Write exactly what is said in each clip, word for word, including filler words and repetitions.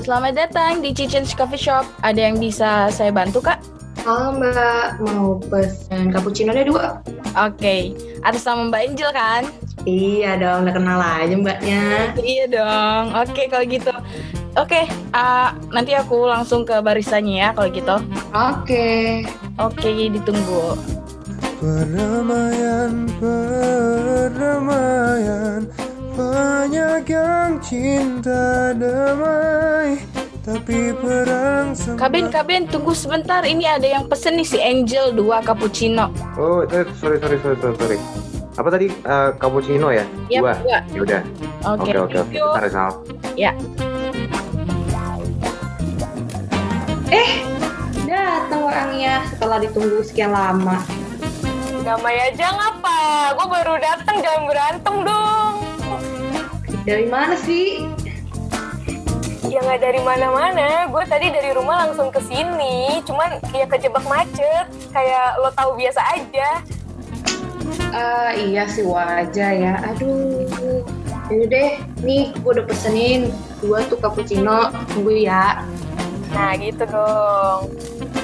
Selamat datang di Chichen's Coffee Shop. Ada yang bisa saya bantu, Kak? Halo Mbak, mau pesen cappuccino deh dua. Oke, atas nama Mbak Angel kan? Iya dong, udah kenal aja mbaknya. Iya dong, oke kalau gitu. Oke, uh, nanti aku langsung ke barisannya ya kalau gitu. Oke. Oke, ditunggu. Perdamaian, perdamaian, banyak yang cinta damai, tapi perang sempat. Kaben, Kaben, tunggu sebentar. Ini ada yang pesen nih si Angel dua cappuccino. Oh, eh, sorry, sorry, sorry, sorry, sorry. Apa tadi? Uh, cappuccino ya? Yep, dua? dua. Ya udah. Oke, Oke, oke, oke. Bentar ya, Sal. Ya. Eh, datang orangnya setelah ditunggu sekian lama. Damai aja ngapa? Gue baru datang, jangan berantem dong. Dari mana sih? Ya nggak dari mana-mana. Gue tadi dari rumah langsung ke sini. Cuman ya kejebak macet. Kayak lo tahu biasa aja. Uh, iya sih wajar ya. Aduh. Ini deh, nih gue udah pesenin dua tuh cappuccino. Tunggu ya. Nah gitu dong.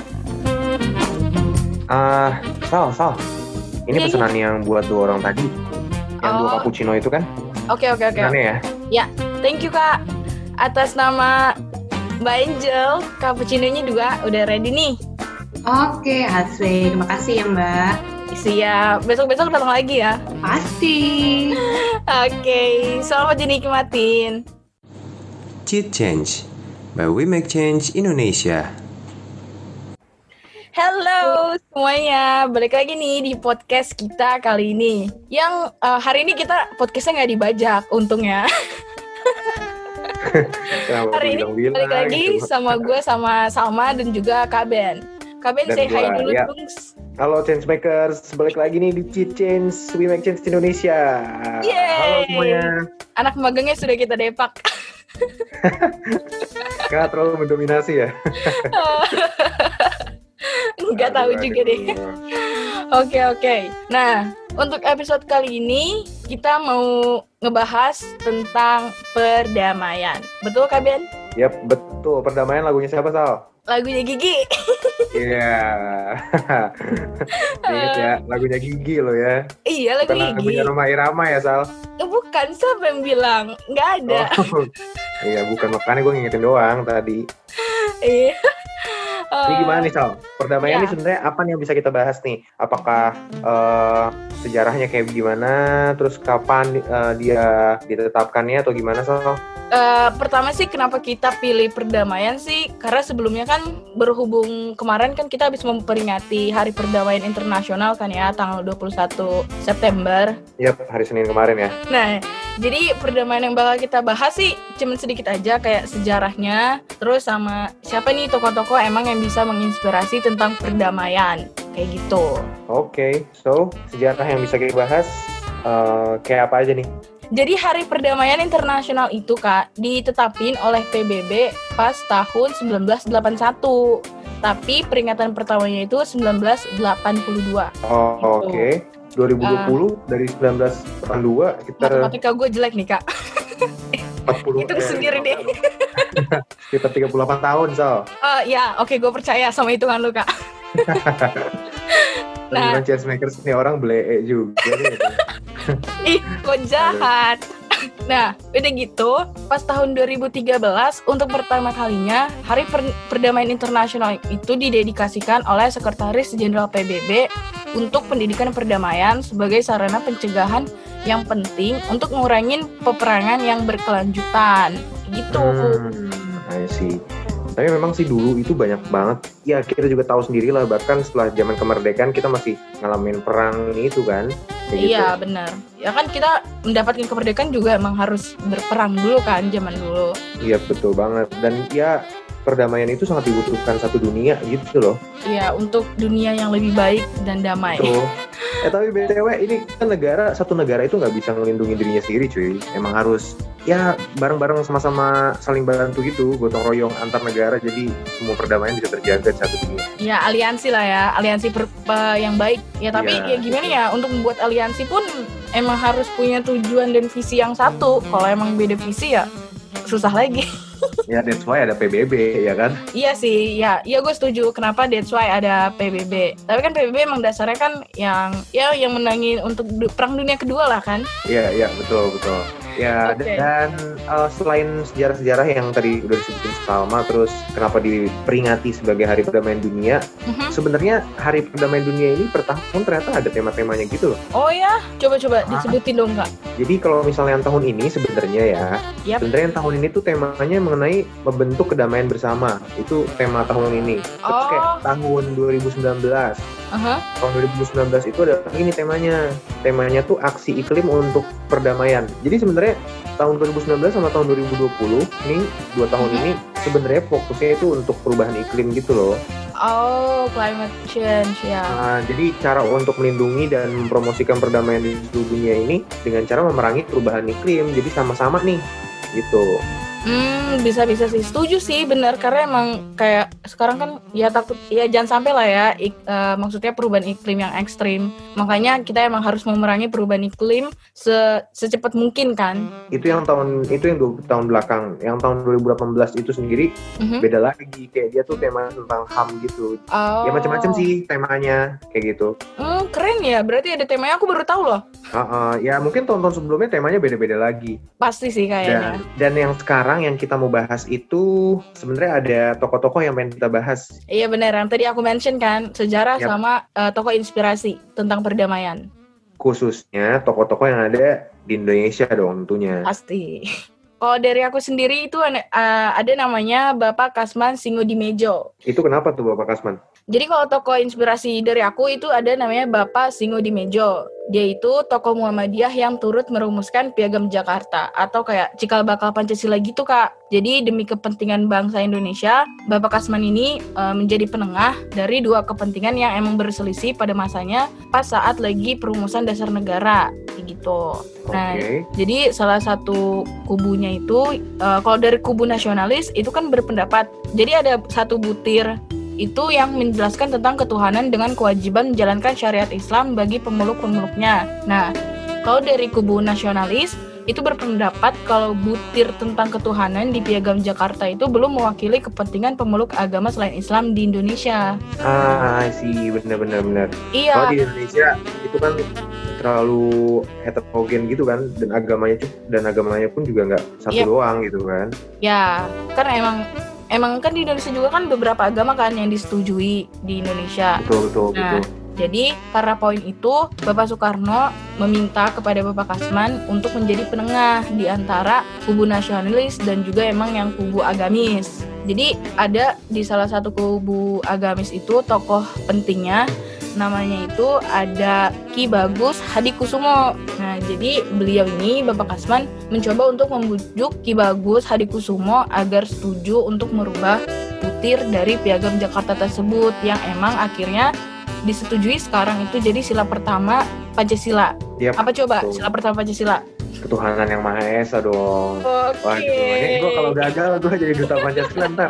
Ah, uh, Sal, Sal. Ini Iya, pesanan yang buat dua orang tadi. Yang Oh. dua cappuccino itu kan? Oke, oke, oke. Pesanannya ya? Ya, thank you Kak. Atas nama Mbak Angel, cappuccino-nya juga udah ready nih. Oke, asik. Terima kasih ya Mbak. Siap, besok-besok datang lagi ya. Pasti. Oke, selamat dinikmatin. Cheat Change by We Make Change Indonesia. Halo semuanya, balik lagi nih di podcast kita kali ini. Yang uh, hari ini kita podcastnya nggak dibajak, untungnya. Hari ini balik lagi sama gue, sama Salma dan juga Kak Ben. Kak Ben, Dan say hi gua, dulu ya. dong. Halo Changemakers, balik lagi nih di Cheat Change, We Make Change Indonesia. Yeay. Halo semuanya. Anak magangnya sudah kita depak. Gak terlalu mendominasi ya? Nggak tahu juga deh. Oke oke. Nah, untuk episode kali ini kita mau ngebahas tentang perdamaian. Betul Kak Ben? Yap, betul. Perdamaian lagunya siapa, Sal? Lagunya Gigi. Iya. Ingat ya, lagunya Gigi loh ya. Iya, lagu Bukan Gigi. lagunya Roma Irama ya, Sal? Bukan, siapa yang bilang? Nggak ada. Oh. Iya, bukan, makanya gue ngingetin doang tadi. Iya. Ini gimana nih, Sal? Perdamaian ya. ini sebenarnya apa nih yang bisa kita bahas nih? Apakah uh, sejarahnya kayak gimana? Terus kapan uh, dia ditetapkannya atau gimana, Sal? Uh, pertama sih kenapa kita pilih perdamaian sih? Karena sebelumnya kan berhubung kemarin kan kita habis memperingati Hari Perdamaian Internasional kan ya, tanggal dua puluh satu September. Yap, hari Senin kemarin ya. Nah, jadi perdamaian yang bakal kita bahas sih cuman sedikit aja kayak sejarahnya, terus sama siapa nih tokoh-tokoh emang yang bisa menginspirasi tentang perdamaian, kayak gitu. Oke, okay, so sejarah yang bisa kita bahas uh, kayak apa aja nih? Jadi Hari Perdamaian Internasional itu Kak ditetapin oleh P B B pas tahun sembilan belas delapan puluh satu. Tapi peringatan pertamanya itu sembilan belas delapan puluh dua. Oh, gitu. Oke. Okay. dua ribu dua puluh uh, dari sembilan belas delapan puluh dua sekitar matematika gue jelek nih Kak. empat puluh. Hitung eh, sendiri deh. Sekitar tiga puluh delapan tahun, Sal. Uh, ya, oke okay, gue percaya sama hitungan lu Kak. Nah, Changemakers nih orang belee juga nih. Ih, kok jahat. Nah, udah gitu, pas tahun dua ribu tiga belas untuk pertama kalinya Hari per- Perdamaian Internasional itu didedikasikan oleh Sekretaris Jenderal P B B untuk pendidikan perdamaian sebagai sarana pencegahan yang penting untuk ngurangin peperangan yang berkelanjutan. Gitu. Hmm, I see. Tapi memang sih dulu itu banyak banget. Ya kita juga tahu sendiri lah, bahkan setelah zaman kemerdekaan kita masih ngalamin perang itu kan. Kayak iya gitu. Benar. Ya kan kita mendapatkan kemerdekaan juga emang harus berperang dulu kan zaman dulu. Iya betul banget. Dan ya perdamaian itu sangat dibutuhkan satu dunia gitu loh. Iya, untuk dunia yang lebih baik dan damai. Tuh. Eh tapi B T W ini kan negara, satu negara itu nggak bisa melindungi dirinya sendiri cuy. Emang harus ya bareng-bareng sama-sama saling bantu gitu, gotong royong antar negara, jadi semua perdamaian bisa terjaga di satu dunia. Ya aliansi lah ya, aliansi per, uh, yang baik. Ya tapi Ya, ya gimana ya, untuk membuat aliansi pun emang harus punya tujuan dan visi yang satu. Kalau emang beda visi ya susah lagi. Ya that's why ada P B B ya kan. Iya sih, ya, iya gue setuju. Kenapa that's why ada P B B. Tapi kan P B B emang dasarnya kan yang ya yang menangin untuk du- perang dunia kedua lah kan. Iya iya betul betul. Ya Oke. dan uh, selain sejarah-sejarah yang tadi udah disebutin Salma, terus kenapa diperingati sebagai Hari Perdamaian Dunia? Mhm. Sebenarnya Hari Perdamaian Dunia ini per tahun ternyata ada tema-temanya gitu loh. Oh ya, coba-coba Ah. disebutin dong Kak. Jadi kalau misalnya yang tahun ini sebenarnya ya, Yap. sebenarnya yang tahun ini tuh temanya mengenai membentuk kedamaian bersama. Itu tema tahun ini. Terus Oh. kayak tahun dua ribu sembilan belas. Aha. Tahun dua ribu sembilan belas itu ada ini temanya. Temanya tuh aksi iklim untuk perdamaian. Jadi sebenarnya tahun dua ribu sembilan belas sama tahun dua ribu dua puluh nih, dua tahun Mhm. ini sebenarnya fokusnya itu untuk perubahan iklim gitu loh. Oh, climate change ya. Nah, jadi cara untuk melindungi dan mempromosikan perdamaian di seluruh dunia ini dengan cara memerangi perubahan iklim. Jadi sama-sama nih gitu. Hmm, bisa-bisa sih. Setuju sih, benar. Karena emang kayak sekarang kan ya takut, ya jangan sampai lah ya, ik- eh, maksudnya perubahan iklim yang ekstrim. Makanya kita emang harus memerangi perubahan iklim se- secepat mungkin kan. Itu yang tahun itu yang dua puluh tahun belakang. Yang tahun dua ribu delapan belas itu sendiri Mhm. beda lagi. Kayak dia tuh tema tentang H A M gitu. Oh. Ya macam-macam sih temanya kayak gitu. Hmm, keren ya. Berarti ada temanya, aku baru tahu loh. Uh, uh, ya mungkin tahun-tahun sebelumnya temanya beda-beda lagi. Pasti sih kayaknya. Dan dan yang sekarang yang kita mau bahas itu sebenarnya ada tokoh-tokoh yang pengen kita bahas. Iya benar, yang tadi aku mention kan, sejarah Yap. sama eh, tokoh inspirasi tentang perdamaian. Khususnya tokoh-tokoh yang ada di Indonesia dong tentunya. Pasti. Kalau dari aku sendiri itu ada, eh, ada namanya Bapak Kasman Singodimejo. Itu kenapa tuh Bapak Kasman? Jadi kalau tokoh inspirasi dari aku itu ada namanya Bapak Singodimejo. Dia itu tokoh Muhammadiyah yang turut merumuskan Piagam Jakarta atau kayak cikal bakal Pancasila gitu Kak. Jadi demi kepentingan bangsa Indonesia, Bapak Kasman ini eh, menjadi penengah dari dua kepentingan yang emang berselisih pada masanya pas saat lagi perumusan dasar negara kayak gitu. Nah, Oke. jadi salah satu kubunya itu, eh, kalau dari kubu nasionalis itu kan berpendapat, jadi ada satu butir itu yang menjelaskan tentang ketuhanan dengan kewajiban menjalankan syariat Islam bagi pemeluk-pemeluknya. Nah, kalau dari kubu nasionalis itu berpendapat kalau butir tentang ketuhanan di Piagam Jakarta itu belum mewakili kepentingan pemeluk agama selain Islam di Indonesia. Ah, sih benar-benar benar. Kalau Iya, di Indonesia itu kan terlalu heterogen gitu kan, dan agamanya cu- dan agamanya pun juga nggak satu Yep. doang gitu kan. ya, kan emang emang kan di Indonesia juga kan beberapa agama kan yang disetujui di Indonesia. Betul betul Nah, betul. jadi karena poin itu, Bapak Soekarno meminta kepada Bapak Kasman untuk menjadi penengah di antara kubu nasionalis dan juga emang yang kubu agamis. Jadi ada di salah satu kubu agamis itu tokoh pentingnya, namanya itu ada Ki Bagus Hadikusumo. Nah, jadi beliau ini, Bapak Kasman, mencoba untuk membujuk Ki Bagus Hadikusumo agar setuju untuk merubah butir dari Piagam Jakarta tersebut yang emang akhirnya disetujui sekarang itu jadi sila pertama Pancasila. Yap, Apa coba betul. sila pertama Pancasila? Ketuhanan yang Maha Esa dong. Oke. Waduh, ini gue kalau gagal gue jadi duta Pancasila ntar.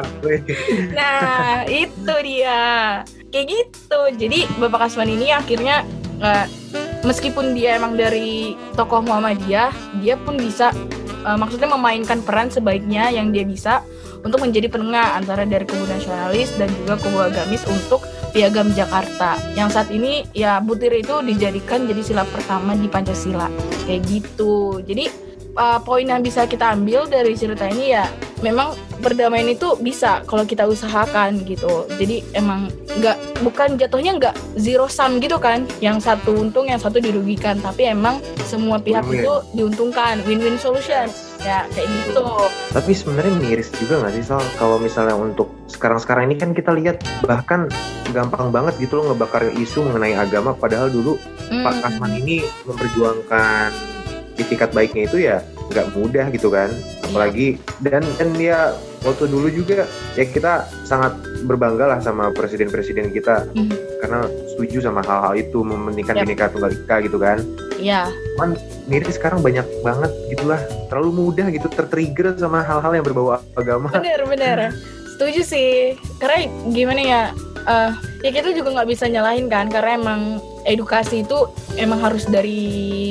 Nah, itu dia. Kayak gitu. Jadi Bapak Kasman ini akhirnya eh, meskipun dia emang dari tokoh Muhammadiyah, dia pun bisa eh, maksudnya memainkan peran sebaiknya yang dia bisa untuk menjadi penengah antara dari kubu nasionalis dan juga kubu agamis untuk Piagam Jakarta. Yang saat ini ya butir itu dijadikan jadi sila pertama di Pancasila. Kayak gitu. Jadi uh, poin yang bisa kita ambil dari cerita ini ya memang perdamaian itu bisa kalau kita usahakan gitu. Jadi emang nggak, bukan jatuhnya nggak zero sum gitu kan, yang satu untung yang satu dirugikan, tapi emang semua pihak Win-win. itu diuntungkan, win-win solution ya kayak gitu. Tapi sebenarnya miris juga nggak sih Sal, kalau misalnya untuk sekarang-sekarang ini kan kita lihat bahkan gampang banget gitu loh ngebakar isu mengenai agama, padahal dulu Hmm. Pak Kasman ini memperjuangkan itikat baiknya itu ya nggak mudah gitu kan, apalagi dan dan dia waktu dulu juga ya kita sangat berbangga lah sama presiden-presiden kita Hmm. karena setuju sama hal-hal itu, mementingkan Yap. Bhinneka Tunggal Ika gitu kan. Iya. Miris sekarang banyak banget gitulah, terlalu mudah gitu tertrigger sama hal-hal yang berbau agama. Bener-bener setuju sih, karena gimana ya, eh ya kita juga nggak bisa nyalahin kan, karena emang edukasi itu emang harus dari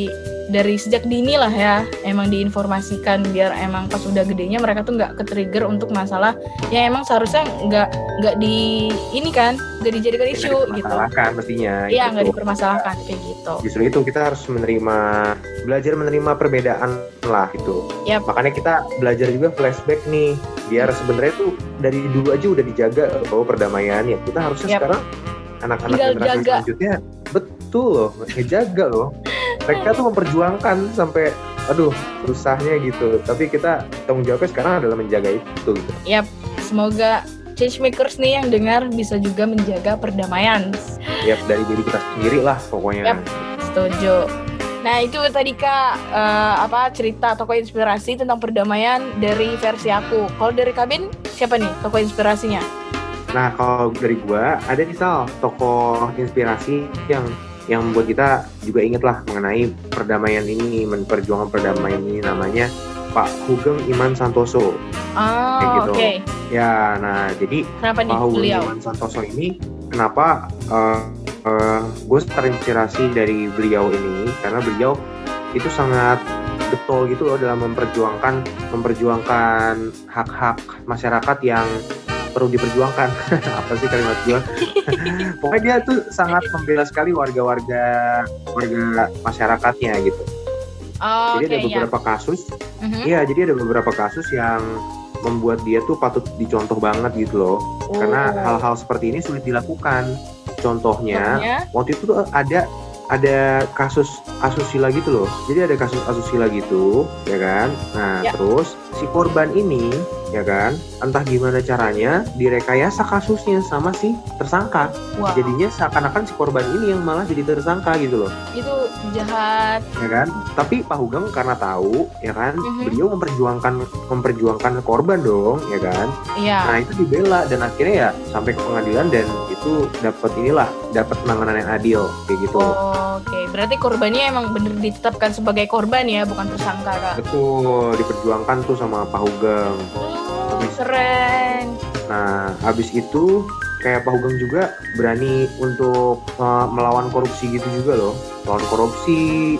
dari sejak dini lah ya emang diinformasikan biar emang pas udah gedenya mereka tuh nggak ke-trigger untuk masalah yang emang seharusnya nggak nggak di ini kan nggak dijadikan isu gitu. Dipermasalahkan mestinya. Iya nggak gitu. dipermasalahkan kayak gitu. Justru itu kita harus menerima belajar menerima perbedaan lah gitu. Yap. Makanya kita belajar juga flashback nih biar sebenarnya tuh dari dulu aja udah dijaga bahwa perdamaian ya kita harusnya Yap. sekarang anak-anak Tinggal generasi jaga. selanjutnya betul loh ngejaga loh. Mereka tuh memperjuangkan sampai aduh susahnya gitu. Tapi kita tanggung jawabnya sekarang adalah menjaga itu gitu. Yap, semoga change makers nih yang dengar bisa juga menjaga perdamaian. Yap, dari diri kita sendiri lah pokoknya. Yap, setuju. Nah itu tadi Kak eh, apa cerita tokoh inspirasi tentang perdamaian dari versi aku. Kalau dari Kabin siapa nih tokoh inspirasinya? Nah kalau dari gua ada nih Sal, tokoh inspirasi yang yang membuat kita juga inget lah mengenai perdamaian ini, memperjuangkan perdamaian ini, namanya Pak Hugeng Iman Santoso. Oh, Kayak gitu. oke. Okay. Ya, nah jadi Kenapa nih Pak Hugeng beliau? Iman Santoso ini kenapa uh, uh, gue terinspirasi dari beliau ini karena beliau itu sangat getol gitu loh dalam memperjuangkan memperjuangkan hak-hak masyarakat yang perlu diperjuangkan. Apa sih kalimat gue? Pokoknya dia tuh sangat membela sekali warga-warga warga masyarakatnya gitu. Oh, Jadi oke ada ya. beberapa kasus, Mhm. iya jadi ada beberapa kasus yang membuat dia tuh patut dicontoh banget gitu loh. Oh. Karena hal-hal seperti ini sulit dilakukan. Contohnya, Contohnya? waktu itu tuh ada ada kasus asusila gitu loh. Jadi ada kasus asusila gitu, ya kan? Nah, Ya. terus si korban ini, ya kan? Entah gimana caranya direkayasa kasusnya sama si tersangka. Wah, Jadinya seakan-akan si korban ini yang malah jadi tersangka gitu loh, itu jahat. ya kan? Tapi Pak Hugeng karena tahu, ya kan, Mhm. beliau memperjuangkan memperjuangkan korban dong, ya kan? Iya. Nah itu dibela dan akhirnya ya sampai ke pengadilan dan itu dapat inilah dapat penanganan yang adil kayak gitu. Oh, oke, berarti korbannya emang bener ditetapkan sebagai korban ya, bukan tersangka Kak. Betul, diperjuangkan tuh sama Pak Hugeng. Oh, keren. Nah habis itu kayak Pak Hugeng juga berani untuk uh, melawan korupsi gitu juga loh, melawan korupsi.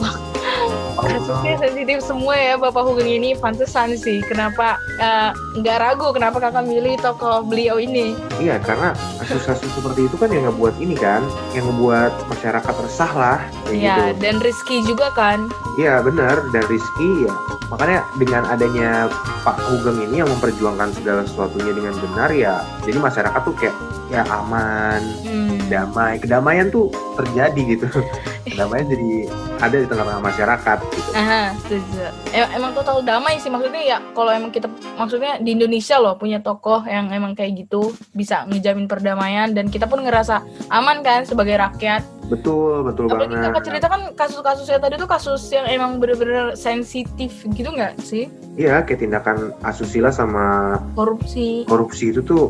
Pak Kasusnya Hugeng, sensitif semua ya Bapak Hugeng ini, pantesan sih. Kenapa eh, nggak ragu kenapa kakak milih tokoh beliau ini? iya karena kasus-kasus seperti itu kan yang ngebuat ini kan, yang ngebuat masyarakat resah lah kayak Iya, gitu. dan Rizky juga kan. Iya benar, dan Rizky ya makanya dengan adanya Pak Hugeng ini yang memperjuangkan segala sesuatunya dengan benar ya, jadi masyarakat tuh kayak ya aman, Hmm. damai, kedamaian tuh terjadi gitu. Kedamaian jadi ada di tengah-tengah masyarakat gitu. Aha, setuju. Em- emang total damai sih maksudnya ya. Kalau emang kita maksudnya di Indonesia loh punya tokoh yang emang kayak gitu bisa ngejamin perdamaian dan kita pun ngerasa aman kan sebagai rakyat. Betul, betul Apalagi banget. kakak cerita kan kasus-kasusnya tadi tuh kasus yang emang bener-bener sensitif gitu nggak sih? Iya, kayak tindakan asusila sama Korupsi. korupsi itu tuh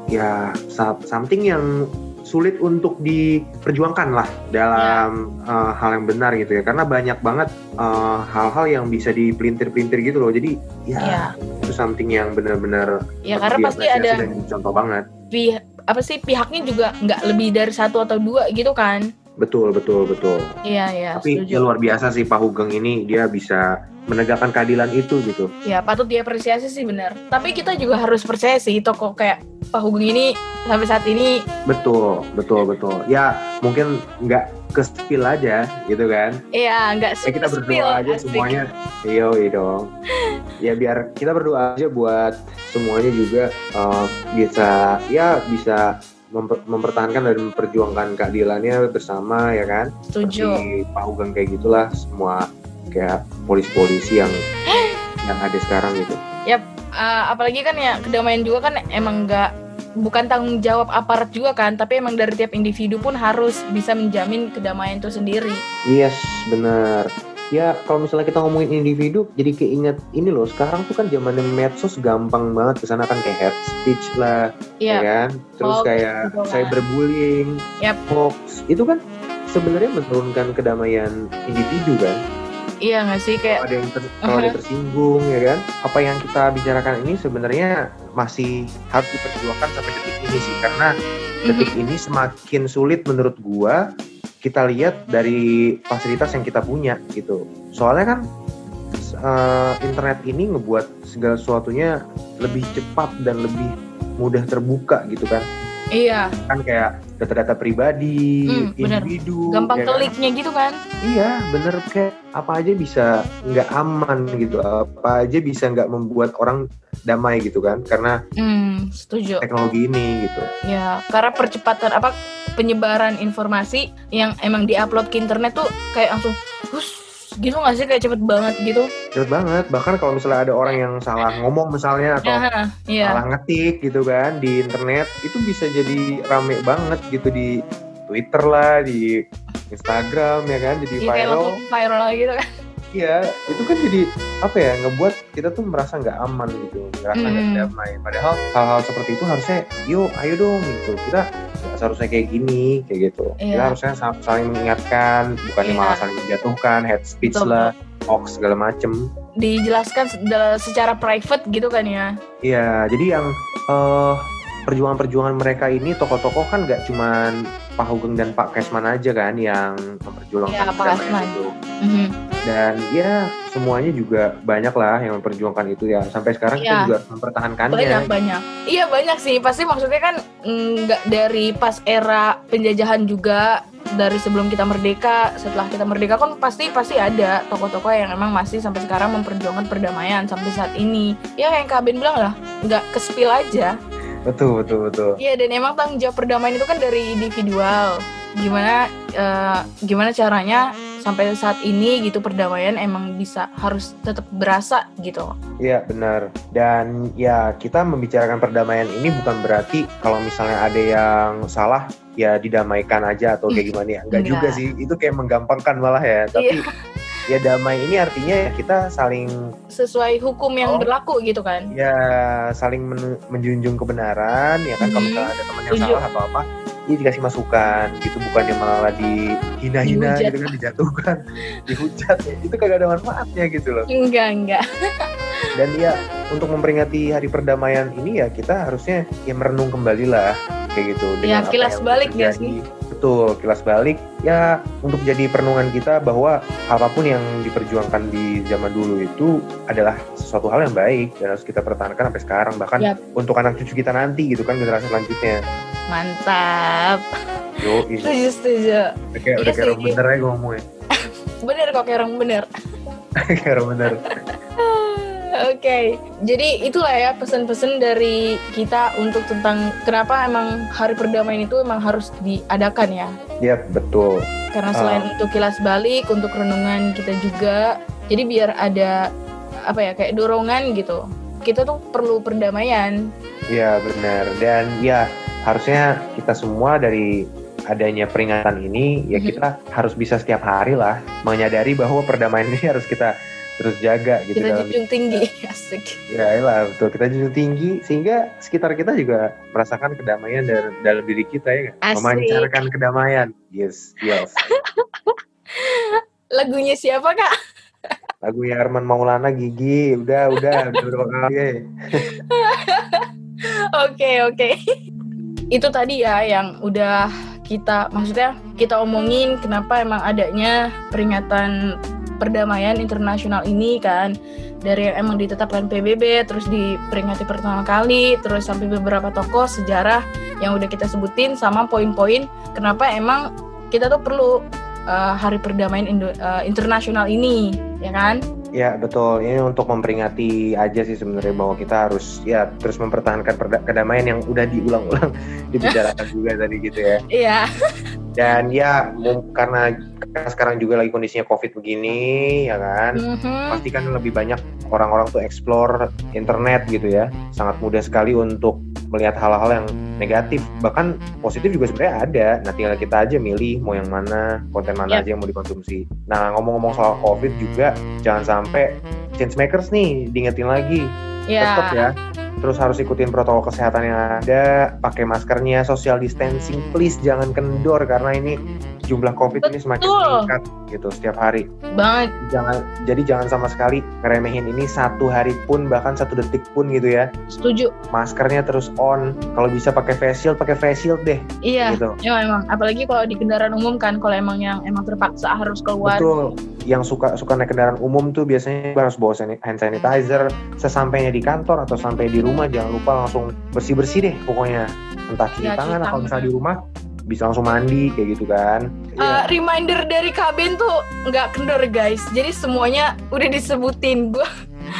ya sa- something yang sulit untuk diperjuangkan lah dalam uh, hal yang benar gitu ya, karena banyak banget uh, hal-hal yang bisa dipelintir-pelintir gitu loh, jadi ya Iya. itu something yang benar-benar Ya karena pasti diapresiasi ada dan contoh banget. pihak apa sih pihaknya juga nggak lebih dari satu atau dua gitu kan? Betul, betul, betul. Iya iya. Tapi Setuju. ya luar biasa sih Pak Hugeng ini, dia bisa menegakkan keadilan itu gitu. Ya patut diapresiasi sih benar. Tapi kita juga harus percaya sih tokoh kayak Pak Hugeng ini sampai saat ini. Betul, betul, betul. Ya mungkin nggak ke spill aja gitu kan. Iya nggak Ya kita spill, berdoa aja asik. semuanya. Iya dong. Ya biar kita berdoa aja buat semuanya juga uh, bisa ya bisa memper- mempertahankan dan memperjuangkan keadilannya bersama ya kan. Setuju. Seperti Pak Hugeng kayak gitulah, semua kayak polisi-polisi yang yang ada sekarang gitu. Yap. Uh, apalagi kan ya kedamaian juga kan emang nggak bukan tanggung jawab aparat juga kan, tapi emang dari tiap individu pun harus bisa menjamin kedamaian itu sendiri. Yes, benar. Ya kalau misalnya kita ngomongin individu, jadi keinget ini loh. Sekarang tuh kan zamannya medsos gampang banget kesana kan, kayak hate speech lah, Iya. ya kan. Terus Hoax kayak juga lah. cyberbullying, Yap. hoax, itu kan sebenarnya menurunkan kedamaian individu kan. Iya nggak sih kayak Kalau ada yang ter- kalau ada yang tersinggung, ya kan. Apa yang kita bicarakan ini sebenarnya masih harus diperjuangkan sampai detik ini sih, karena detik ini semakin sulit menurut gua kita lihat dari fasilitas yang kita punya gitu. Soalnya kan uh, internet ini ngebuat segala sesuatunya lebih cepat dan lebih mudah terbuka gitu kan. Iya. Kan kayak data-data pribadi, hmm, individu. Gampang ya kliknya kan? gitu kan. Iya, bener, kayak apa aja bisa nggak aman gitu. Apa aja bisa nggak membuat orang damai gitu kan. Karena hmm, setuju. teknologi ini gitu. Ya, karena percepatan apa penyebaran informasi yang emang diupload ke internet tuh kayak langsung hus gitu nggak sih, kayak cepet banget gitu. Cepet banget, bahkan kalau misalnya ada orang yang salah ngomong misalnya atau Aha, iya. salah ngetik gitu kan di internet, itu bisa jadi rame banget gitu di Twitter lah, di Instagram ya kan, jadi Iya, kayak viral. langsung viral gitu kan. Iya, itu kan jadi apa ya, ngebuat kita tuh merasa nggak aman gitu, ngerasa nggak Hmm. damai. Padahal hal-hal seperti itu harusnya, yuk ayo dong gitu, kita nggak seharusnya kayak gini, kayak gitu. Kita Iya. harusnya sa- saling mengingatkan, bukannya Iya. malah saling menjatuhkan, hate speech Betul, lah, hoax segala macem. Dijelaskan se- da- secara private gitu kan ya. Iya, jadi yang eh, perjuangan-perjuangan mereka ini, tokoh-tokoh kan nggak cuman Pak Hugeng dan Pak Kesman aja kan yang memperjuangkan Iya, Pak perdamaian Kesman. itu. Mhm. Dan ya semuanya juga banyak lah yang memperjuangkan itu ya. Sampai sekarang kita Iya. juga mempertahankannya. Banyak banyak. Iya banyak sih. Pasti maksudnya kan nggak dari pas era penjajahan juga, dari sebelum kita merdeka, setelah kita merdeka kan pasti pasti ada tokoh-tokoh yang emang masih sampai sekarang memperjuangkan perdamaian sampai saat ini. Ya kayak Kak Ben bilang lah, nggak kespil aja. Betul, betul, betul. Iya, dan emang tanggung jawab perdamaian itu kan dari individual. Gimana eh, gimana caranya sampai saat ini gitu perdamaian emang bisa harus tetap berasa gitu. Iya, benar. Dan ya kita membicarakan perdamaian ini bukan berarti kalau misalnya ada yang salah ya didamaikan aja atau kayak gimana ya. Enggak Enggak. juga sih. Itu kayak menggampangkan malah ya. Tapi ya damai ini artinya ya kita saling Sesuai hukum yang Oh. berlaku gitu kan. ya saling men- menjunjung kebenaran ya kan. Kalau Mhm. misalnya ada teman yang Setuju. salah atau apa, ya dikasih masukan gitu, bukannya malah dihina-hina Dihujat. gitu kan, dijatuhkan, dihujat ya. Itu kagak ada manfaatnya gitu loh. Enggak, enggak. Dan ya untuk memperingati hari perdamaian ini ya kita harusnya ya merenung kembali lah kayak gitu. Ya, apa kilas yang balik ya terjadi. sih? Betul, kilas balik ya untuk jadi perenungan kita bahwa apapun yang diperjuangkan di zaman dulu itu adalah sesuatu hal yang baik dan harus kita pertahankan sampai sekarang, bahkan Yap. untuk anak cucu kita nanti gitu kan, generasi selanjutnya. Mantap. Yo, ini Setuju, setuju. udah kayak, udah Iya kayak orang sih. bener aja gue ngomongnya. Bener kok, kayak orang bener. Kayak orang bener. Oke, jadi itulah ya pesan-pesan dari kita untuk tentang kenapa emang hari perdamaian itu emang harus diadakan ya. Iya, betul. Karena selain Ah. untuk kilas balik, untuk renungan kita juga, jadi biar ada apa ya kayak dorongan gitu. Kita tuh perlu perdamaian. Iya, benar. Dan ya harusnya kita semua dari adanya peringatan ini ya Mhm. kita harus bisa setiap hari lah menyadari bahwa perdamaian ini harus kita terus jaga gitu Kita dalam junjung tinggi, asik. ya lah, betul, kita junjung tinggi sehingga sekitar kita juga merasakan kedamaian dalam, dalam diri kita ya kan? Asik. Memancarkan kedamaian. Yes, yes. Lagunya siapa kak? Lagunya Arman Maulana, Gigi, udah udah udah berapa kali. Oke oke. Itu tadi ya yang udah kita maksudnya kita omongin kenapa emang adanya peringatan perdamaian internasional ini kan, dari yang emang ditetapkan P B B terus diperingati pertama kali terus sampai beberapa tokoh sejarah yang udah kita sebutin sama poin-poin kenapa emang kita tuh perlu uh, hari perdamaian Indo- uh, internasional ini ya kan. Ya betul, ini untuk memperingati aja sih sebenarnya bahwa kita harus ya terus mempertahankan perda- kedamaian yang udah diulang-ulang dibicarakan juga tadi gitu ya. Iya. Dan ya mum- karena karena sekarang juga lagi kondisinya COVID begini ya kan, Mhm. pasti kan lebih banyak orang-orang tuh explore internet gitu ya, sangat mudah sekali untuk melihat hal-hal yang negatif, bahkan positif juga sebenarnya ada. Nah tinggal kita aja milih mau yang mana, konten mana Yap. aja yang mau dikonsumsi. Nah ngomong-ngomong soal COVID juga, jangan sampai change makers nih diingetin lagi, Ya. tetap ya. Terus harus ikutin protokol kesehatan yang ada, pakai maskernya, social distancing, please jangan kendor karena ini jumlah COVID ini semakin Betul. meningkat gitu setiap hari. Banget. Jangan jadi jangan sama sekali ngeremehin ini satu hari pun, bahkan satu detik pun gitu ya. Setuju. Maskernya terus on, kalau bisa pakai face shield, pakai face shield deh. Iya. Gitu. Ya emang. Apalagi kalau di kendaraan umum kan, kalau emang yang emang terpaksa harus keluar. Betul. Yang suka suka naik kendaraan umum tuh biasanya harus bawa hand sanitizer. Sesampainya di kantor atau sampai di rumah jangan lupa langsung bersih bersih deh pokoknya. Entah cuci Ya, tangan cuci atau tangan. misalnya di rumah bisa langsung mandi kayak gitu kan. Uh, reminder dari Kaben tuh nggak kendor guys. Jadi semuanya udah disebutin. Gue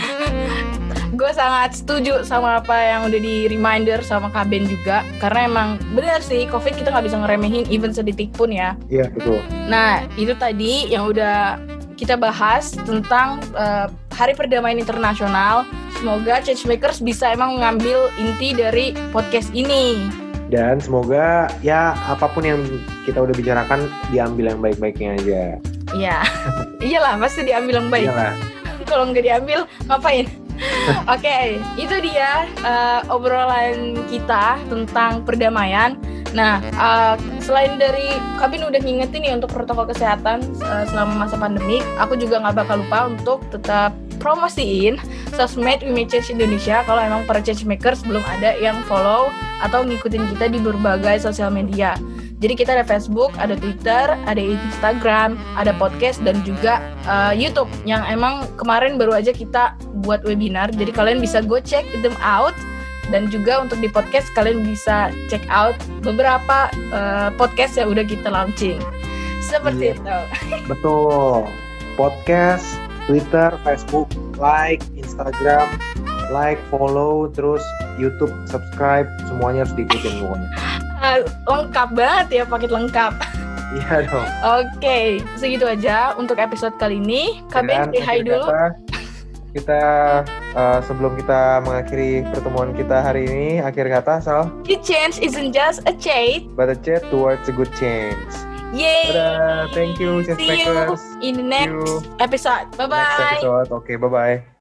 gue sangat setuju sama apa yang udah di reminder sama Kaben juga. Karena emang benar sih COVID kita nggak bisa ngeremehin even sedetik pun ya. Iya betul. Nah itu tadi yang udah kita bahas tentang uh, Hari Perdamaian Internasional. Semoga Changemakers bisa emang mengambil inti dari podcast ini. Dan semoga ya apapun yang kita udah bicarakan diambil yang baik-baiknya aja. Iya, iyalah pasti diambil yang baik. Iyalah. Kalau nggak diambil ngapain? Oke, okay, itu dia uh, obrolan kita tentang perdamaian. Nah, uh, selain dari Kabin udah ngingetin nih untuk protokol kesehatan uh, selama masa pandemi, aku juga nggak bakal lupa untuk tetap promosiin sosmed We Make Change Indonesia kalau emang para changemakers belum ada yang follow atau ngikutin kita di berbagai sosial media. Jadi kita ada Facebook, ada Twitter, ada Instagram, ada podcast dan juga uh, YouTube yang emang kemarin baru aja kita buat webinar. Jadi kalian bisa go check them out. Dan juga untuk di podcast kalian bisa check out beberapa uh, podcast yang udah kita launching. Seperti Iya. itu. Betul. Podcast, Twitter, Facebook, like, Instagram, like, follow, terus YouTube, subscribe, semuanya harus diikutin pokoknya. Uh, lengkap banget ya, paket lengkap. Iya dong. Oke, segitu aja untuk episode kali ini. Kaben, Dan say hi akhir dulu. kata, kita uh, sebelum kita mengakhiri pertemuan kita hari ini, akhir kata Sal, The change isn't just a change. but a chat towards a good change. Yay! Dadah, thank you, See you Changemakers. in the See next you episode. Bye-bye. next episode. Oke, bye bye.